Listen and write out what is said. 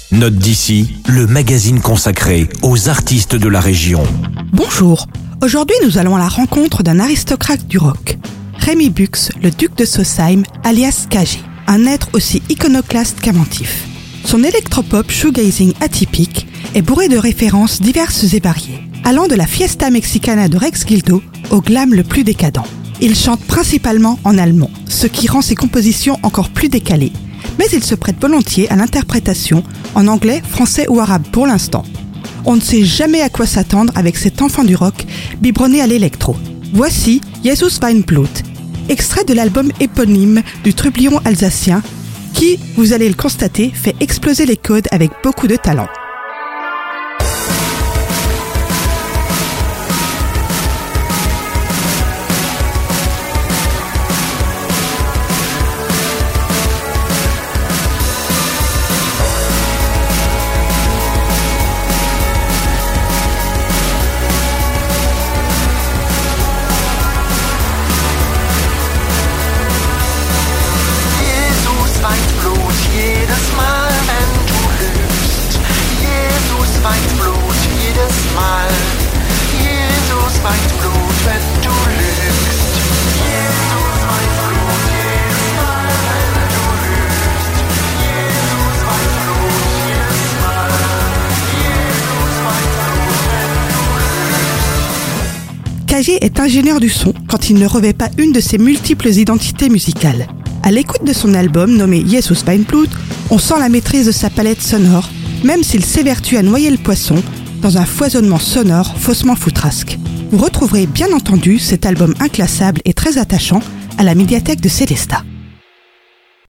Note d'ici, le magazine consacré aux artistes de la région. Bonjour, aujourd'hui nous allons à la rencontre d'un aristocrate du rock. Rémi Bux, le duc de Sausheim, alias KG, un être aussi iconoclaste qu'inventif. Son électropop shoegazing atypique est bourré de références diverses et variées, allant de la fiesta mexicana de Rex Gildo au glam le plus décadent. Il chante principalement en allemand, ce qui rend ses compositions encore plus décalées, mais il se prête volontiers à l'interprétation en anglais, français ou arabe pour l'instant. On ne sait jamais à quoi s'attendre avec cet enfant du rock biberonné à l'électro. Voici Jesus Weinblut, extrait de l'album éponyme du trublion alsacien qui, vous allez le constater, fait exploser les codes avec beaucoup de talent. KG est ingénieur du son quand il ne revêt pas une de ses multiples identités musicales. À l'écoute de son album nommé Jesus Weinblut, on sent la maîtrise de sa palette sonore, même s'il s'évertue à noyer le poisson dans un foisonnement sonore faussement foutrasque. Vous retrouverez bien entendu cet album inclassable et très attachant à la médiathèque de Célestat.